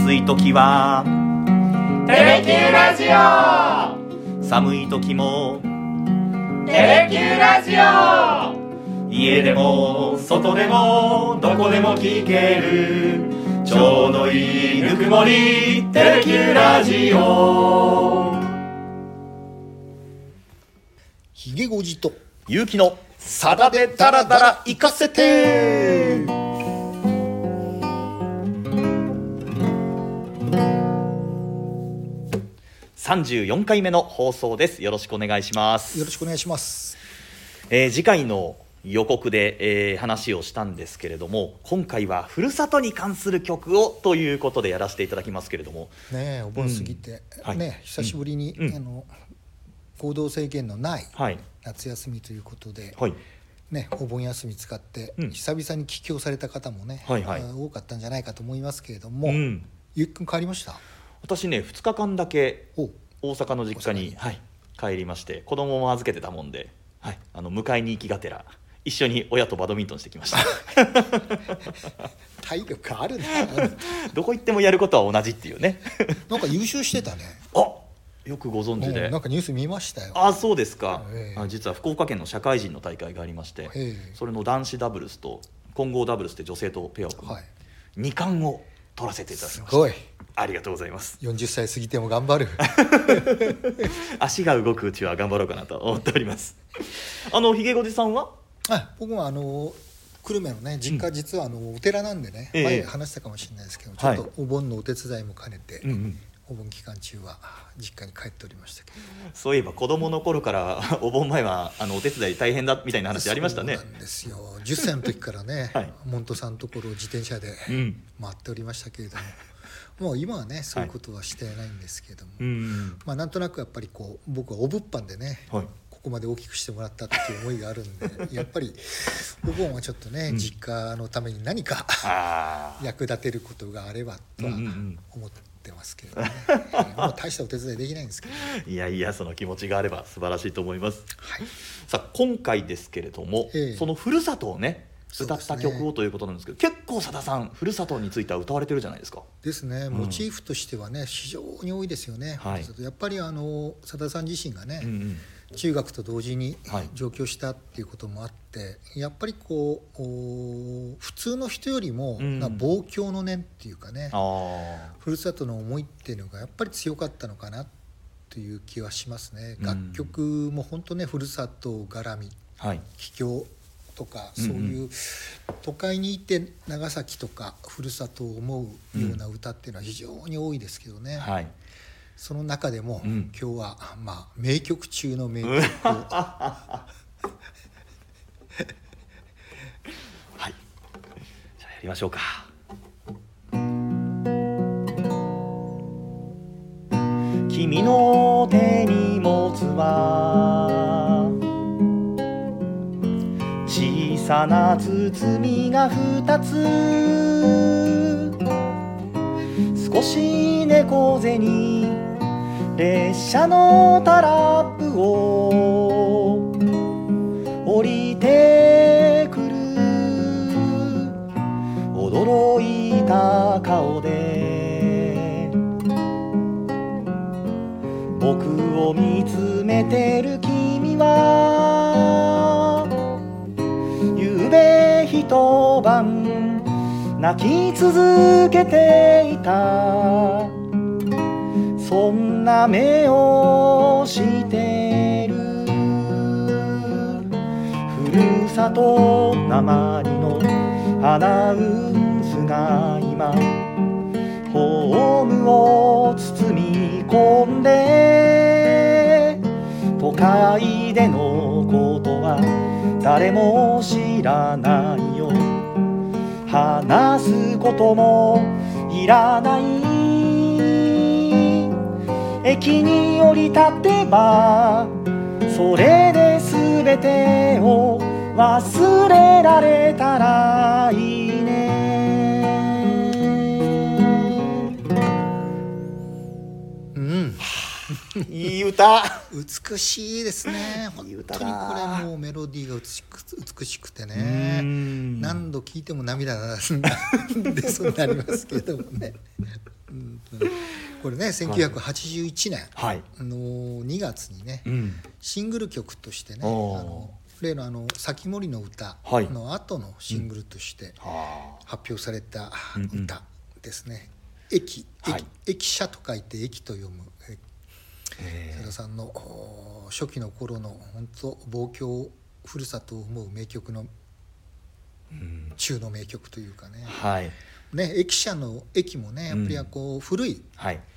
暑い時はテレキューラジオ、 寒い時もテレキューラジオ、 家でも外でもどこでも聞けるちょうどいいぬくもりテレキューラジオ。 ひげごじとゆうきのさだでダラダラ行かせて。34回目の放送です。よろしくお願いします。 よろしくお願いします。 次回の予告で、話をしたんですけれども、今回はふるさとに関する曲をということでやらせていただきますけれどもね、お盆過ぎて、 はいね、久しぶりに、行動制限のない夏休みということで、 はいね、お盆休み使って、久々に帰郷された方もね、 はいはい、 多かったんじゃないかと思いますけれども、ゆうきくん帰りました？ 私ね、2日間だけ大阪の実家に、帰りまして、子供も預けてたもんで、迎えに行きがてら一緒に親とバドミントンしてきました体力あるなどこ行ってもやることは同じっていうねなんか優勝してたね。 よくご存知で。 なんかニュース見ましたよ。 そうですか。実は福岡県の社会人の大会がありまして、それの男子ダブルスと混合ダブルスで女性とペアを組み、2冠を取らせていただきました。 すごい、 ありがとうございます。 40歳過ぎても頑張る足が動くうちは頑張ろうかなと思っておりますひげごじさんは？ 僕は久留米のね実家、実はお寺なんでね、前話したかもしれないですけど、ちょっとお盆のお手伝いも兼ねて、お盆期間中は実家に帰っておりましたけど、 そういえば子供の頃からお盆前はお手伝い大変だみたいな話ありましたね。 そうなんですよ。10歳の時からね、門徒さんのところを自転車で回っておりましたけれども、もう今はねそういうことはしてないんですけれども、なんとなくやっぱり僕はお物販でね、ここまで大きくしてもらったっていう思いがあるんでやっぱりお盆はちょっとね、実家のために何か役立てることがあればとは思ってますけどねもう大したお手伝いできないんですけど、 いやいや、その気持ちがあれば素晴らしいと思います。さあ今回ですけれども、そのふるさとをね歌った曲をということなんですけど、結構さださんふるさとについては歌われてるじゃないですか。 ですね、モチーフとしてはね非常に多いですよね。やっぱりさださん自身がね、中学と同時に上京したっていうこともあって、やっぱり普通の人よりも、望郷の念っていうかね、ふるさとの思いっていうのがやっぱり強かったのかなという気はしますね。楽曲も本当ねふるさと絡み、帰郷とか、そういう都会にいて長崎とかふるさとを思うような歌っていうのは非常に多いですけどね、その中でも、今日は名曲中の名曲をじゃあやりましょうか。君の手に持つは小さな包みが2つ、少し猫背に列車のタラップを降りてくる、驚いた顔で僕を見つめてる君は、ゆうべ一晩泣き続けていた、そんな目をしてる。ふるさとなまりのアナウンスが今ホームを包み込んで、都会でのことは誰も知らないよ、話すこともいらない、駅に降り立てばそれで全てを忘れられたらいいね。いいい歌美しいですね。本当にこれもうメロディーが美しくてね、何度聴いても涙が出そうになりますけどもねこれね1981年の2月にね、シングル曲としてね、例の先森の歌の後のシングルとして発表された歌ですね。駅舎と書いて駅と読むさださんの初期の頃の本当望郷ふるさとを思う名曲の中の名曲というかね、駅舎の駅もねやっぱりこう古い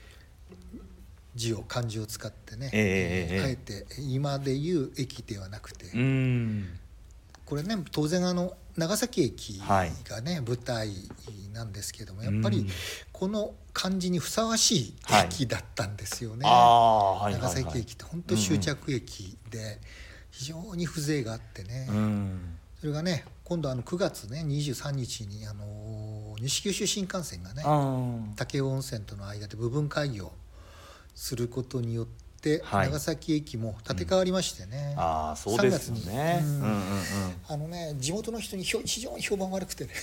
漢字を使ってね、あえて今でいう駅ではなくて、これね当然長崎駅がね舞台なんですけども、やっぱりこの漢字にふさわしい駅だったんですよね。長崎駅って本当終着駅で非常に風情があってね、それがね今度9月ね23日に西九州新幹線がね武雄温泉との間で部分開業することによって長崎駅も建て替わりましてね、 そうですよね。 地元の人に非常に評判悪くてね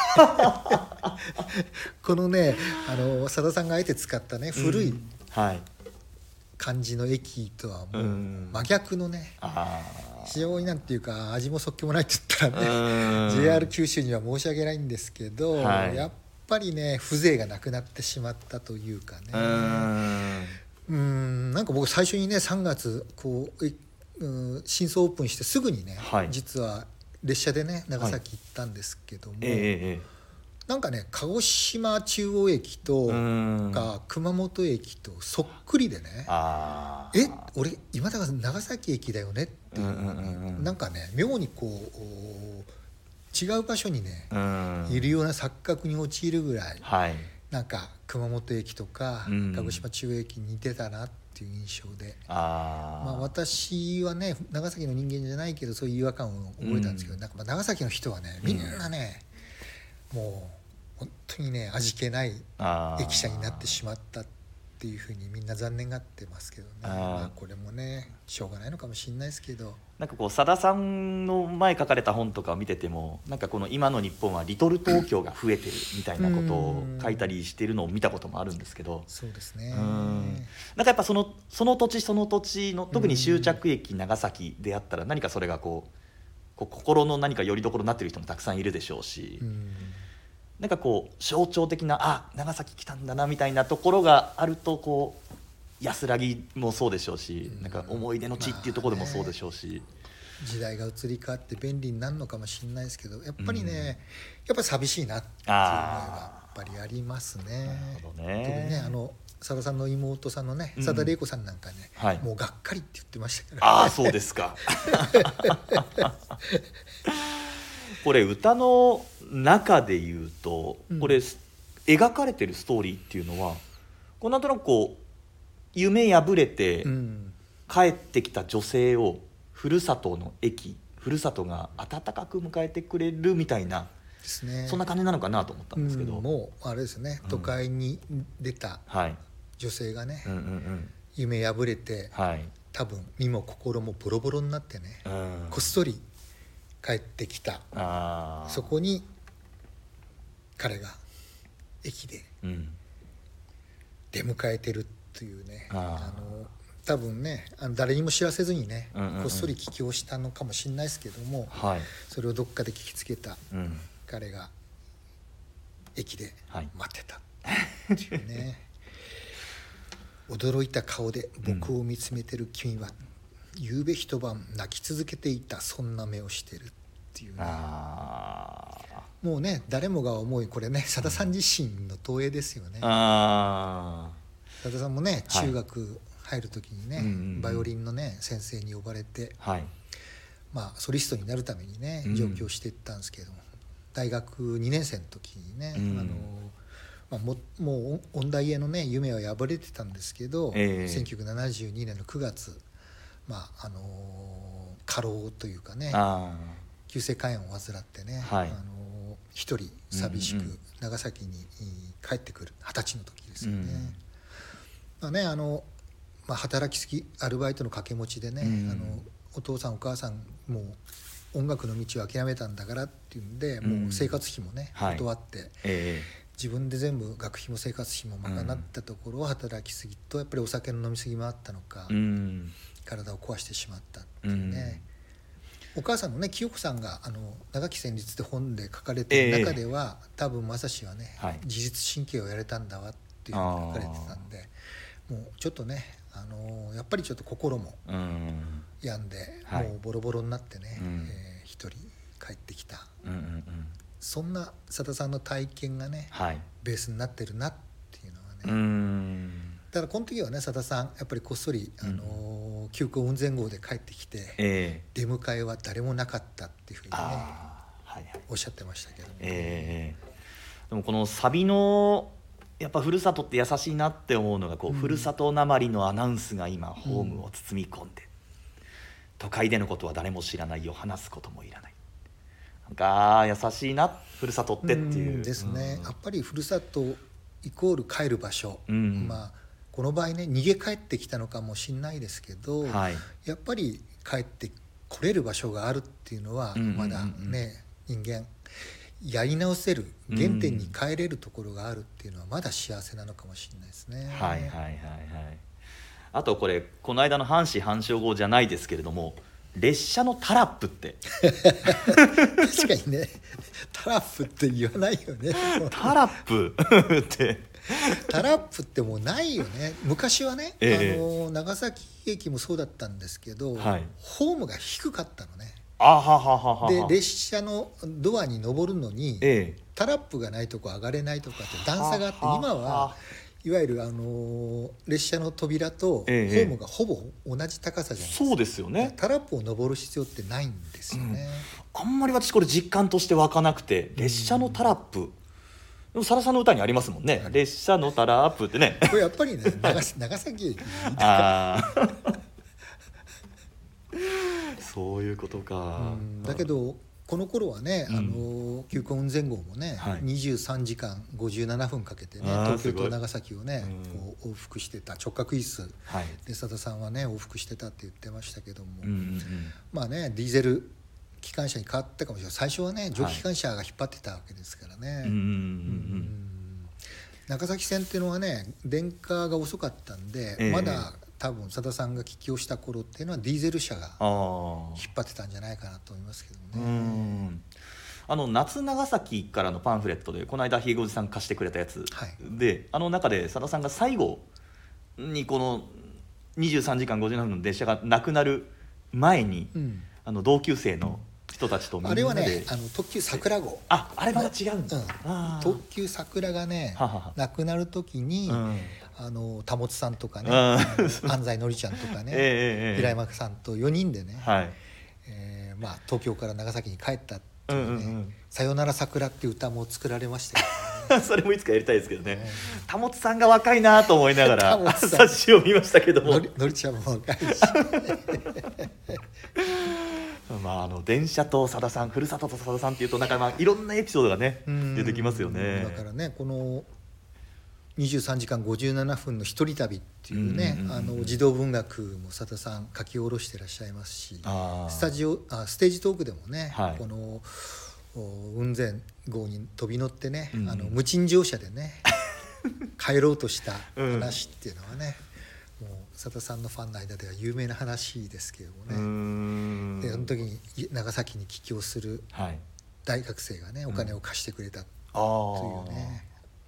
このねさださんがあえて使ったね古い漢字の駅とはもう真逆のね、非常になんていうか味もそっけもないって言ったらねJR 九州には申し訳ないんですけど、やっぱりね風情がなくなってしまったというかね、なんか僕最初にね3月新装オープンしてすぐにね、実は列車でね長崎行ったんですけども、なんかね鹿児島中央駅とか熊本駅とそっくりでね、俺今だから長崎駅だよねっていう、なんかね妙にこう違う場所にねいるような錯覚に陥るぐらい、なんか熊本駅とか鹿児島中央駅に似てたなっていう印象で、私はね長崎の人間じゃないけどそういう違和感を覚えたんですけど、なんか長崎の人はねみんなね、もう本当にね味気ない駅舎になってしまったっていうふうにみんな残念がってますけどね、これもねしょうがないのかもしれないですけど、 なんかこうさださんの前書かれた本とかを見てても、なんかこの今の日本はリトル東京が増えてるみたいなことを書いたりしてるのを見たこともあるんですけど、 そうですね、 なんかやっぱその土地その土地の特に終着駅長崎であったら何かそれがこう心の何か拠り所になってる人もたくさんいるでしょうし、なんかこう象徴的な長崎来たんだなみたいなところがあるとこう安らぎもそうでしょうし、なんか思い出の地っていうところでもそうでしょうし、 時代が移り変わって便利になるのかもしれないですけど、やっぱりね、やっぱ寂しいなっていう思いがやっぱりありますね。特にねさださんの妹さんのねさだ玲子さんなんかね、もうがっかりって言ってましたから、 そうですかこれ歌の中で言うと、これ描かれてるストーリーっていうのはなんとなくこう夢破れて帰ってきた女性をふるさとの駅、ふるさとが温かく迎えてくれるみたいな、そんな感じなのかなと思ったんですけど、 もうあれですね、都会に出た女性がね、夢破れて、多分身も心もボロボロになってね、こっそり帰ってきた、そこに彼が駅で出迎えてるっていうね、多分ね誰にも知らせずにね、こっそり帰郷したのかもしれないですけども、それをどっかで聞きつけた彼が駅で待ってたっていうね、驚いた顔で僕を見つめてる君は、夕べ一晩泣き続けていた、そんな目をしてるっていうね、もうね誰もが思い、これねさださん自身の投影ですよね。さださんもね中学入る時にね、バイオリンのね先生に呼ばれて、ソリストになるためにね上京していったんですけども、大学2年生の時にね、もう音大へのね夢は破れてたんですけど、1972年の9月、過労というかね、急性肝炎を患ってね、一人寂しく長崎に帰ってくる20歳の時ですよね。 働きすぎアルバイトの掛け持ちでね、お父さんお母さんもう音楽の道を諦めたんだからっていうんで、もう生活費もね断って、自分で全部学費も生活費も賄ったところを働きすぎとやっぱりお酒の飲みすぎもあったのか、体を壊してしまったっていうね、お母さんのね清子さんが長き旋律って本で書かれている中では、多分正志はね、自律神経をやれたんだわっていうふうに書かれてたんで、もうちょっとねやっぱりちょっと心も病んで、もうボロボロになってね、一人帰ってきた、そんなさださんの体験がね、ベースになってるなっていうのはね、だからこの時はねさださんやっぱりこっそり、急行雲仙号で帰ってきて、出迎えは誰もなかったっていうふうにね、おっしゃってましたけど、 でもこのサビのやっぱふるさとって優しいなって思うのがふるさとなまりのアナウンスが今ホームを包み込んで、都会でのことは誰も知らないよ、話すこともいらない、なんか優しいなふるさとってっていう、 ですね、やっぱりふるさとイコール帰る場所、この場合ね逃げ帰ってきたのかもしれないですけど、やっぱり帰ってこれる場所があるっていうのはまだね、人間やり直せる原点に帰れるところがあるっていうのはまだ幸せなのかもしれないですね。 あとこの間の半死半生語じゃないですけれども、列車のタラップって確かにねタラップって言わないよねタラップってタラップってもうないよね。昔はね、長崎駅もそうだったんですけど、ホームが低かったのね。で列車のドアに登るのに、タラップがないとこ上がれないとかって段差があって、今はいわゆる列車の扉とホームがほぼ同じ高さじゃないですか。 そうですよね。 タラップを登る必要ってないんですよね。 あんまり私これ実感として湧かなくて、列車のタラップ、でもさださんの歌にありますもんね、列車のタラップってね。 これやっぱりね長崎駅そういうことか。 だけどこの頃はね、急行雲仙号もね、23時間57分かけてね東京と長崎をね、往復してた、直角椅子でさださんはね往復してたって言ってましたけども、まあねディーゼル機関車に変わったかもしれない。最初はね蒸気機関車が引っ張ってたわけですからね。長崎線っていうのはね電化が遅かったんで、まだ多分さださんが帰郷した頃っていうのはディーゼル車が引っ張ってたんじゃないかなと思いますけどね。 夏長崎からのパンフレットでこの間ひげおじさん貸してくれたやつで、中でさださんが最後にこの23時間57分の列車がなくなる前に、同級生の人たちとみんなで、 あれはね特急さくら号、 あれまだ違うんだ、 特急さくらがねなくなる時に、田本さんとかね安西のりちゃんとかね、平山さんと4人でね、東京から長崎に帰ったっていうね、さよなら桜っていう歌も作られましたよね。 それもいつかやりたいですけどね。田本さんが若いなと思いながら冊子を見ましたけども、 のりちゃんも若いし電車とさださん、ふるさととさださんっていうとなんかいろんなエピソードがね出てきますよね。 だからねこの23時間57分の一人旅っていうね、児童文学もさださん書き下ろしてらっしゃいますし、ステージトークでもね、この雲仙号に飛び乗ってね、無賃乗車でね帰ろうとした話っていうのはね、もうさださんのファンの間では有名な話ですけどもね。でその時に長崎に帰郷する大学生がね、お金を貸してくれたというね。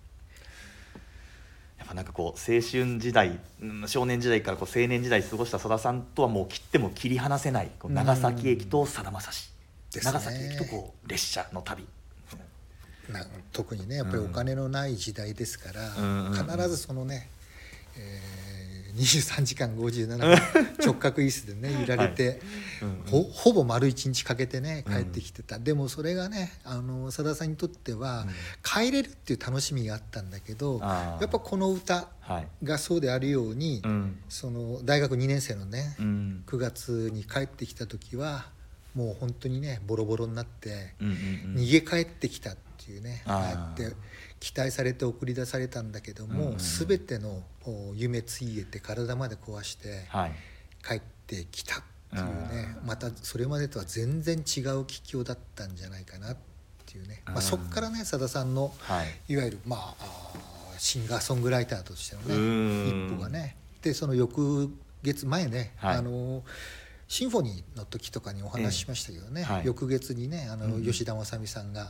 やっぱなんか青春時代、少年時代から青年時代過ごしたさださんとはもう切っても切り離せない長崎駅とさだまさし、長崎駅と列車の旅、 特にねやっぱりお金のない時代ですから、必ずそのね、23時間57分直角椅子でね揺られて、ほぼ丸1日かけてね帰ってきてた。でもそれがねさださんにとっては、帰れるっていう楽しみがあったんだけど、やっぱこの歌がそうであるように、その大学2年生のね、9月に帰ってきた時はもう本当にねボロボロになって、逃げ帰ってきたっていうね、ああやって期待されて送り出されたんだけども、全ての夢ついえて体まで壊して帰ってきたっていうね、またそれまでとは全然違う帰郷だったんじゃないかなっていうね、そこからねさださんの、いわゆるシンガーソングライターとしてのね一歩がね、でその翌月前ね、シンフォニーの時とかにお話ししましたけどね、翌月にね吉田正美さんが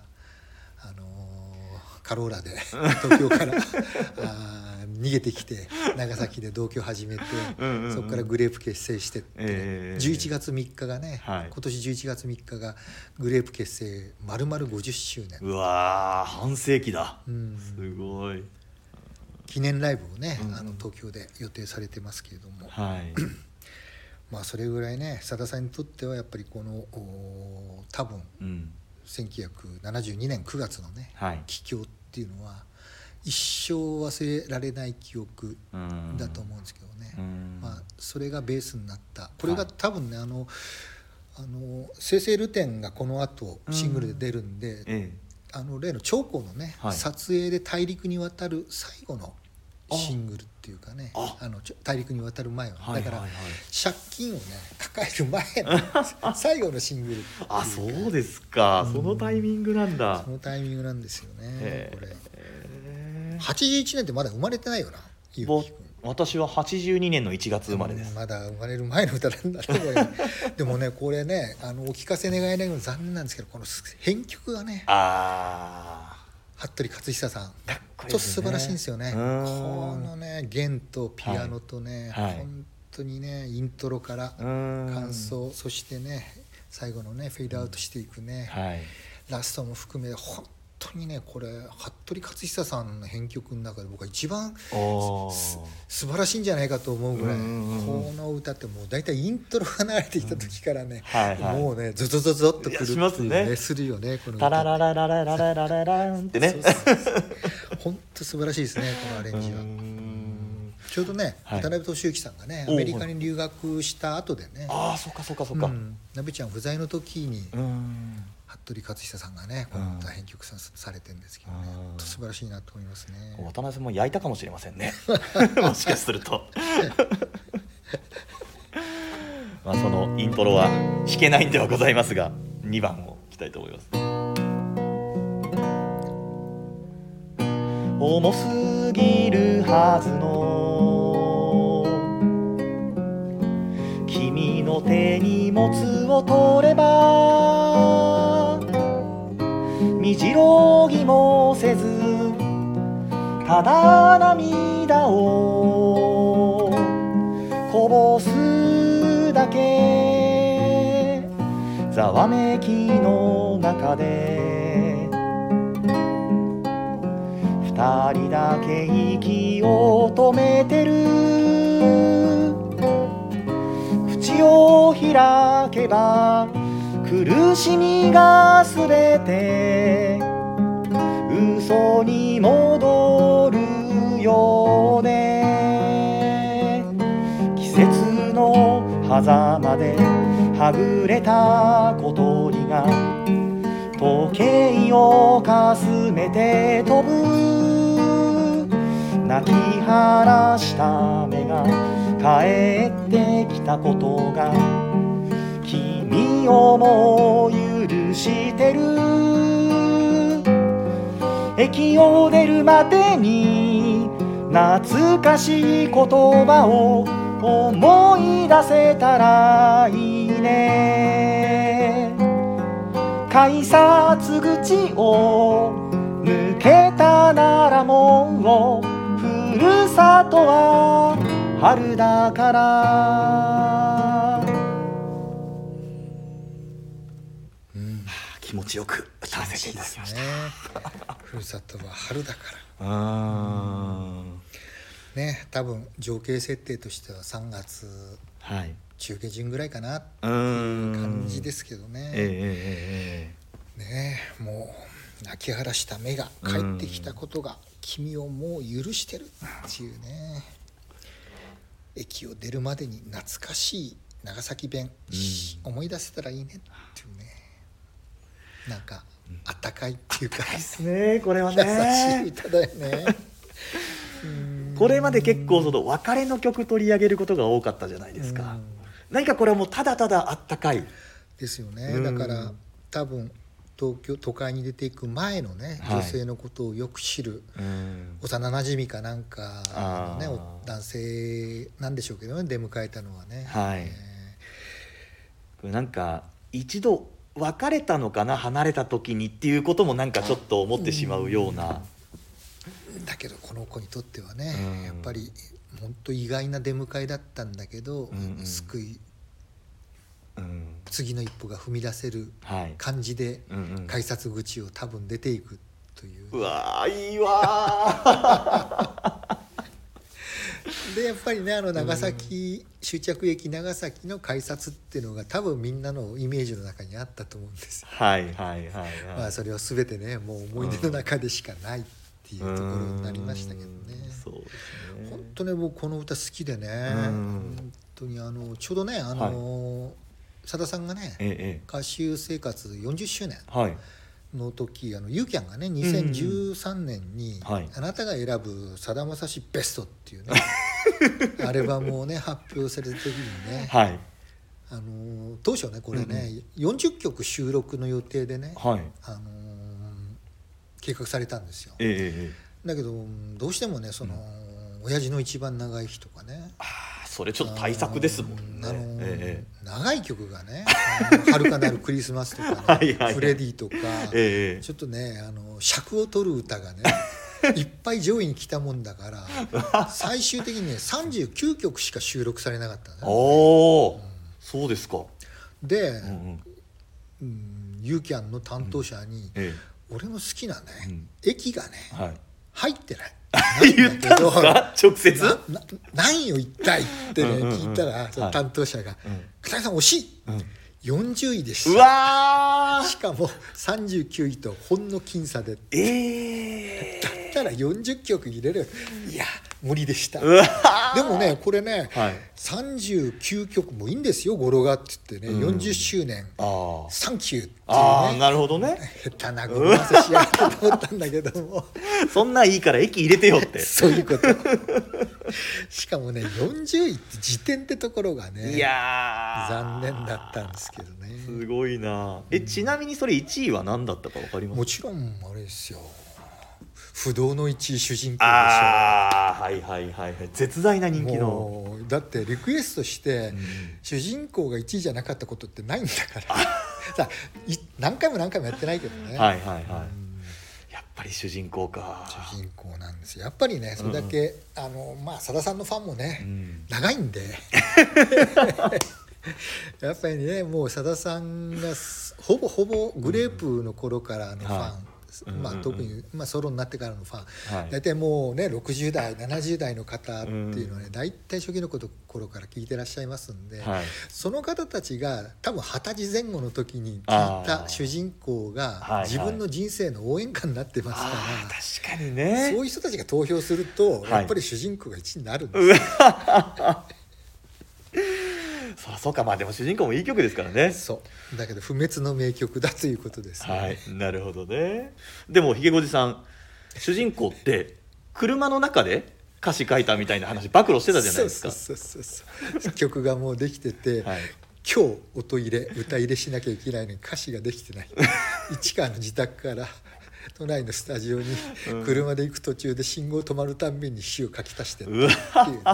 カローラで東京から逃げてきて長崎で同居始めてそこからグレープ結成してって、11月3日がね、今年11月3日がグレープ結成丸々50周年。 うわー、半世紀だ、すごい。 記念ライブをね、東京で予定されてますけれども、それぐらいねさださんにとってはやっぱりこの多分、1972年9月のね、帰郷っていうのは一生忘れられない記憶だと思うんですけどね、それがベースになった。これが多分ね生々ルテンがこの後シングルで出るんで、例の長江のね、撮影で大陸に渡る最後のシングルっていうかね、大陸に渡る前は、だから借金をね抱える前の最後のシングルそうですか、そのタイミングなんだ。 そのタイミングなんですよね。これ81年ってまだ生まれてないよな、ゆうきくん。 私は82年の1月生まれです。 まだ生まれる前の歌なんだと思うよでもねこれねお聞かせ願えないの残念なんですけど、この編曲がね服部克久さんと素晴らしいんですよね。このね弦とピアノとね、本当にねイントロから感想、そしてね最後のねフェードアウトしていくね、ラストも含め本当にねこれ服部克久さんの編曲の中で僕は一番素晴らしいんじゃないかと思うぐらい、この歌ってもう大体イントロが流れてきた時からね、もうねゾゾゾゾっとくるっていうね、するよねこの歌。タラララララララララランってね、本当素晴らしいですねこのアレンジは。ちょうどね渡辺俊之さんがねアメリカに留学した後でね、なべちゃん不在の時に服部克久さんがねこの歌編曲されてるんですけどね、本当素晴らしいなと思いますね。 渡辺さんも焼いたかもしれませんねもしかするとそのイントロは弾けないんではございますが、2番をいきたいと思います。重すぎるはずの君の手に持つを取れば、みじろぎもせずただ涙をこぼすだけ、ざわめきの中で二人だけ息を止めてる。口を開けば苦しみがすべて嘘に戻るよね。季節の狭間ではぐれた小鳥が時計をかすめて飛ぶ。泣き晴らした目が帰ってきたことが君をも許してる。駅を出るまでに懐かしい言葉を思い出せたらいいね。改札口を抜けたならもうふるさとは春だから。気持ちよく歌わせていただきました。 ふるさとは春だからね。多分情景設定としては3月中下旬ぐらいかなっていう感じですけどね。もう泣き晴らした目が帰ってきたことが君をもう許してるっていうね。駅を出るまでに懐かしい長崎弁、思い出せたらいいねっていうね。なんかあったかいっていうかですね、これはね優しい歌だよねこれまで結構その別れの曲取り上げることが多かったじゃないですか。何かこれはもうただただあったかいですよね。だから多分都会に出ていく前のね、女性のことをよく知る幼なじみかなんかのね、男性なんでしょうけどね、出迎えたのはね、 これなんか一度別れたのかな、離れた時にっていうこともなんかちょっと思ってしまうような、 だけどこの子にとってはね、やっぱり本当意外な出迎えだったんだけど、救い、次の一歩が踏み出せる感じで改札口を多分出ていくという、 うわーいいわでやっぱりね、長崎、終着駅長崎の改札っていうのが多分みんなのイメージの中にあったと思うんですよ。まあそれは全てね、もう思い出の中でしかないっていうところになりましたけどね。 そうですね。 本当ね、僕この歌好きでね、本当にちょうどね、さださんがね、歌手生活40周年の時、ユーキャンがね2013年にあなたが選ぶさだまさしベストっていうねアルバムをね発表された時にね、当初ねこれね、40曲収録の予定でね、計画されたんですよ。だけどどうしてもね、その親父の一番長い日とかね、 それちょっと対策ですもんね。長い曲がね、遥かなるクリスマスとかねフレディとか、ちょっとね尺を取る歌がねいっぱい上位に来たもんだから最終的にね39曲しか収録されなかったんだよね。 そうですか。 で、ユーキャンの担当者に、俺の好きなね、駅がね、入ってない言ったんですか、直接。 何よ一体ってね聞いたら、その担当者が「片桐さん惜しい、40位でした」。 うわしかも39位とほんの僅差で、だったら40曲入れる、いや無理でした。でもねこれね、39曲もいいんですよ、語呂がって言ってね、40周年サンキューっていうね。 なるほどね。 下手な語呂合わせしやがってと思ったんだけどもそんないいから駅入れてよってそういうことしかもね40位って時点ってところがね、 いや残念だったんですけどね。 すごいな。ちなみにそれ1位は何だったか分かりますか？ もちろんあれですよ、不動の1位主人公でしょ。 絶大な人気の。 だってリクエストして、主人公が1位じゃなかったことってないんだからさ何回もやってないけどね。やっぱり主人公か。 主人公なんですよ。やっぱりねそれだけ、さださんのファンもね、長いんでやっぱりね、もうさださんがほぼグレープの頃からのファン、特に、ソロになってからのファン、大体もうね60代70代の方っていうのはね、大体初期の頃から聞いてらっしゃいますんで、その方たちが多分20歳前後の時に聞いた主人公が自分の人生の応援歌になってますから、 確かにね、 そういう人たちが投票するとやっぱり主人公が1位になるんですよ。 そうか、でも主人公もいい曲ですからね。 そうだけど不滅の名曲だということですね。 なるほどね。でもひげごじさん、主人公って車の中で歌詞書いたみたいな話暴露してたじゃないですか。 そう曲がもうできてて、今日音入れ歌入れしなきゃいけないのに歌詞ができてない市川の自宅から都内のスタジオに車で行く途中で信号止まるたんびに詩を書き足してるっていう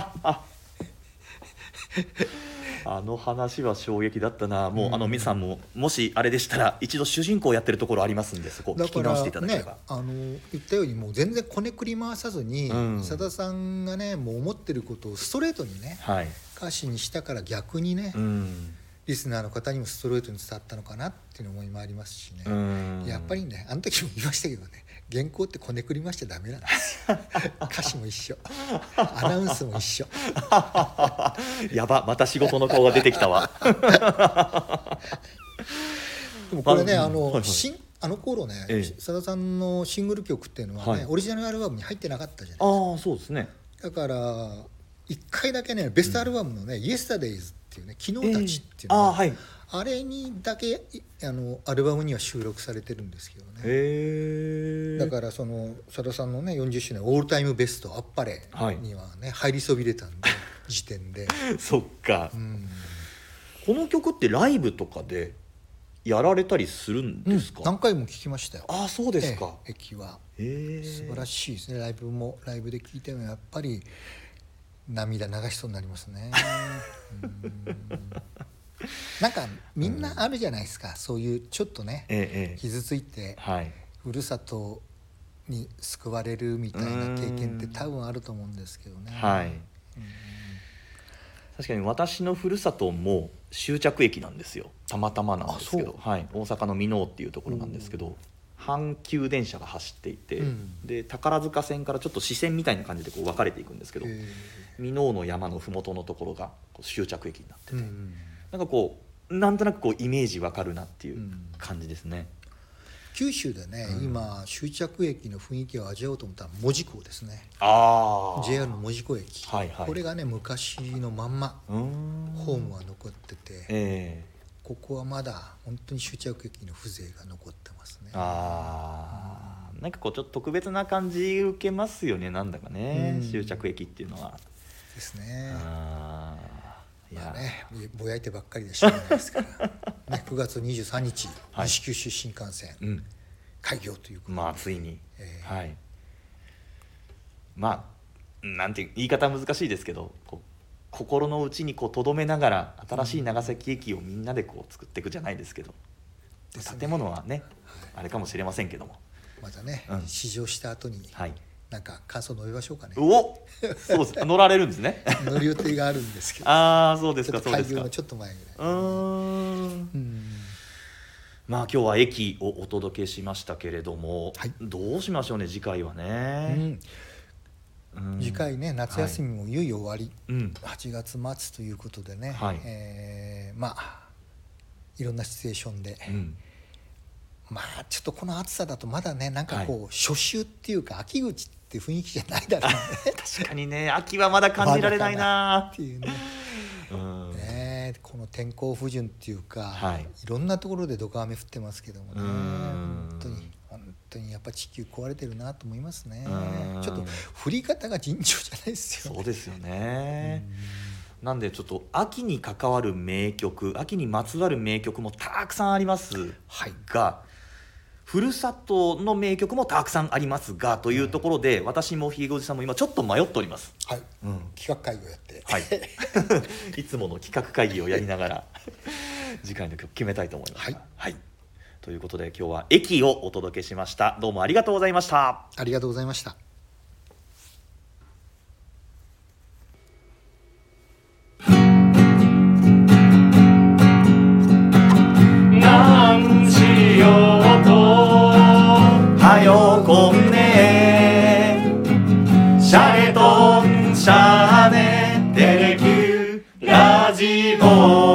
あの話は衝撃だったな。もう皆さんももしあれでしたら一度主人公やってるところありますんで、そこ聞き直していただければ。 言ったようにもう全然こねくり回さずに、さださんがねもう思ってることをストレートにね、歌詞にしたから逆にね、リスナーの方にもストレートに伝わったのかなっていう思いもありますしね。やっぱりねあの時も言いましたけどね、原稿ってこねくり回しちゃダメなんですよ歌詞も一緒、アナウンスも一緒やば、また仕事の顔が出てきたわでもこれねあの頃ね、さださんのシングル曲っていうのはね、オリジナルアルバムに入ってなかったじゃないですか。 そうですね。 だから1回だけねベストアルバムのね、イエスタデイズっっていうね、昨日たちっていうのが、 はい、 あれにだけアルバムには収録されてるんですけどね。だからそのさださんのね40周年オールタイムベストあっぱれにはね、入りそびれたんで時点でそっか、この曲ってライブとかでやられたりするんですか？ 何回も聴きましたよ。 あ、そうですか。 駅は素晴らしいですね。ライブで聴いてもやっぱり涙流しそうになりますね。なんかみんなあるじゃないですか、そういうちょっとね、傷ついて、ふるさとに救われるみたいな経験って多分あると思うんですけどね。 確かに私のふるさとも終着駅なんですよ。たまたまなんですけど、大阪の箕面っていうところなんですけど、阪急電車が走っていて、で宝塚線からちょっと支線みたいな感じでこう分かれていくんですけど、箕面の山の麓のところがこう終着駅になってて、なんかこうなんとなくこうイメージわかるなっていう感じですね。 九州でね、今終着駅の雰囲気を味わおうと思ったら門司港ですね。JR の門司港駅、これがね昔のまんまホームは残ってて、ここはまだ本当に終着駅の風情が残ってますね。 なんかこうちょっと特別な感じ受けますよね、なんだかね、終着駅っていうのはですね。まあね、ぼやいてばっかりでしょうがないですから、ね、9月23日、西九州新幹線、開業ということで、 ついに、なんていう言い方難しいですけど、こう心の内にとどめながら新しい長崎駅をみんなでこう作っていくじゃないですけど、建物はね、あれかもしれませんけども、 またね、試乗した後に、なんか感想述べましょうかね。 そうです。乗られるんですね。 乗る予定があるんですけど。 そうですか、そうですか。 開業のちょっと前ぐらい。 今日は駅をお届けしましたけれども、どうしましょうね、次回はね。 次回ね、夏休みもいよいよ終わり、8月末ということでね、いろんなシチュエーションで、ちょっとこの暑さだとまだね、なんかこう初秋っていうか秋口っていう雰囲気じゃないだろうね。 確かにね、秋はまだ感じられないなっていうね。この天候不順っていうか、いろんなところでドカ雨降ってますけどもね、本当にやっぱ地球壊れてるなと思いますね。ちょっと降り方が尋常じゃないですよね。 そうですよね。なんでちょっと秋に関わる名曲、秋にまつわる名曲もたくさんありますが、ふるさとの名曲もたくさんありますがというところで、私もひげおじさんも今ちょっと迷っております。 企画会議をやって、 いつもの企画会議をやりながら次回の曲決めたいと思います。ということで今日は駅をお届けしました。どうもありがとうございました。 ありがとうございました。 なんしようとはよこんねシャレとんシャーネテレキューラジオ